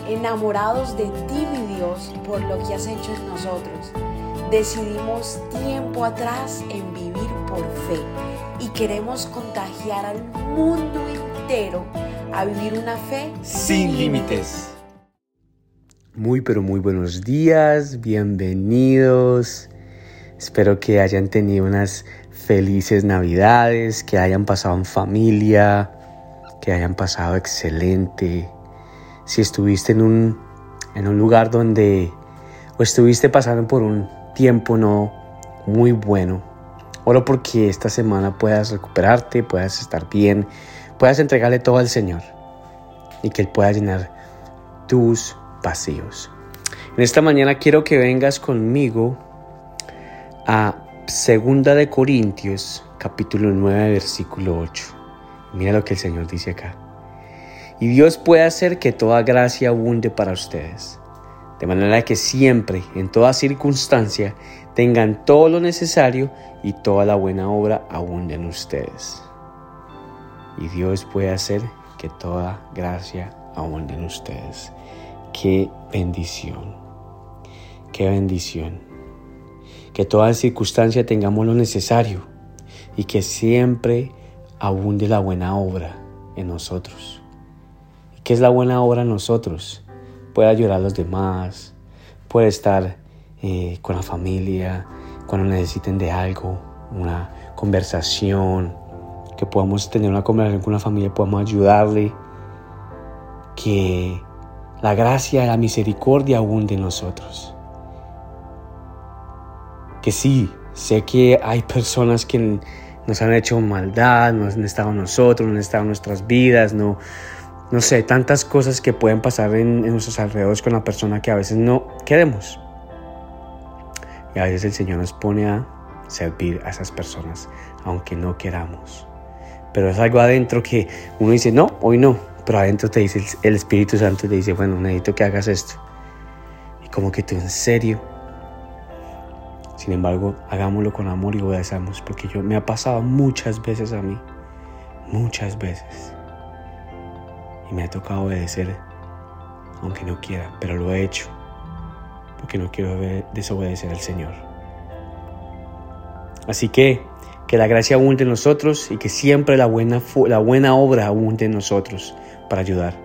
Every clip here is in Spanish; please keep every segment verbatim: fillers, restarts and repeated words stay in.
enamorados de ti, mi Dios, por lo que has hecho en nosotros. Decidimos tiempo atrás en vivir por fe y queremos contagiar al mundo entero a vivir una fe sin límites. Muy pero muy buenos días, bienvenidos. Espero que hayan tenido unas felices navidades, que hayan pasado en familia, que hayan pasado excelente. Si estuviste en un, en un lugar donde o estuviste pasando por un tiempo no muy bueno, oro porque esta semana puedas recuperarte, puedas estar bien, puedas entregarle todo al Señor y que Él pueda llenar tus vacíos. En esta mañana quiero que vengas conmigo a Segunda de Corintios, capítulo nueve, versículo ocho. Mira lo que el Señor dice acá. Y Dios puede hacer que toda gracia abunde para ustedes, de manera que siempre, en toda circunstancia, tengan todo lo necesario y toda la buena obra abunde en ustedes. Y Dios puede hacer que toda gracia abunde en ustedes. ¡Qué bendición! ¡Qué bendición! Que toda circunstancia tengamos lo necesario y que siempre abunde la buena obra en nosotros. ¿Qué es la buena obra en nosotros? Puede ayudar a los demás, puede estar eh, con la familia, cuando necesiten de algo, una conversación, que podamos tener una conversación con la familia, podamos ayudarle, que la gracia y la misericordia abunde en nosotros. Que sí, sé que hay personas que nos han hecho maldad, no han estado nosotros, no han estado en nuestras vidas, no, no sé, tantas cosas que pueden pasar en, en nuestros alrededores con la persona que a veces no queremos. Y a veces el Señor nos pone a servir a esas personas, aunque no queramos. Pero es algo adentro que uno dice, no, hoy no. Pero adentro te dice, el Espíritu Santo te dice, bueno, necesito que hagas esto. Y como que tú, ¿en serio? Sin embargo, hagámoslo con amor y obedezcamos, porque yo me ha pasado muchas veces a mí, muchas veces. Y me ha tocado obedecer, aunque no quiera, pero lo he hecho, porque no quiero desobedecer al Señor. Así que, que la gracia abunde en nosotros y que siempre la buena, la buena obra abunde en nosotros para ayudar.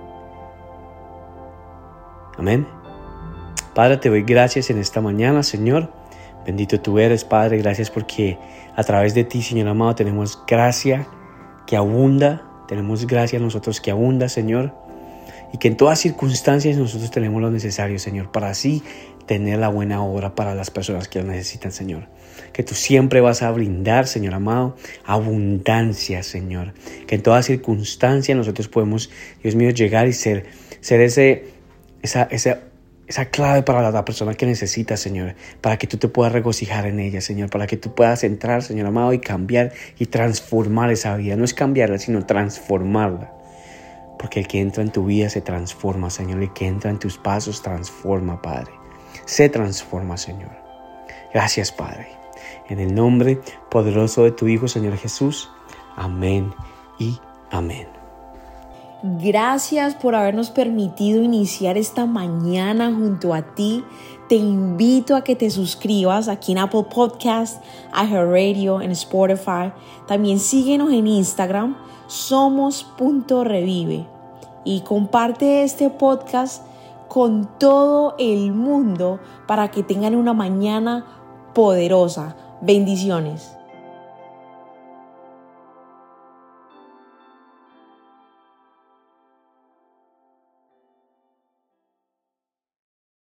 Amén. Padre, te doy gracias en esta mañana, Señor. Bendito tú eres, Padre. Gracias porque a través de ti, Señor amado, tenemos gracia que abunda. Tenemos gracia a nosotros que abunda, Señor. Y que en todas circunstancias nosotros tenemos lo necesario, Señor, para así tener la buena obra para las personas que lo necesitan, Señor. Que tú siempre vas a brindar, Señor amado, abundancia, Señor. Que en todas circunstancias nosotros podemos, Dios mío, llegar y ser, ser ese, esa, esa, esa clave para la persona que necesita, Señor. Para que tú te puedas regocijar en ella, Señor. Para que tú puedas entrar, Señor amado, y cambiar y transformar esa vida. No es cambiarla, sino transformarla. Porque el que entra en tu vida se transforma, Señor. El que entra en tus pasos transforma, Padre. Se transforma, Señor. Gracias, Padre. En el nombre poderoso de tu Hijo, Señor Jesús. Amén y amén. Gracias por habernos permitido iniciar esta mañana junto a ti. Te invito a que te suscribas aquí en Apple Podcast, iHeartRadio, en Spotify. También síguenos en Instagram, somos punto revive. Y comparte este podcast con todo el mundo para que tengan una mañana poderosa. Bendiciones.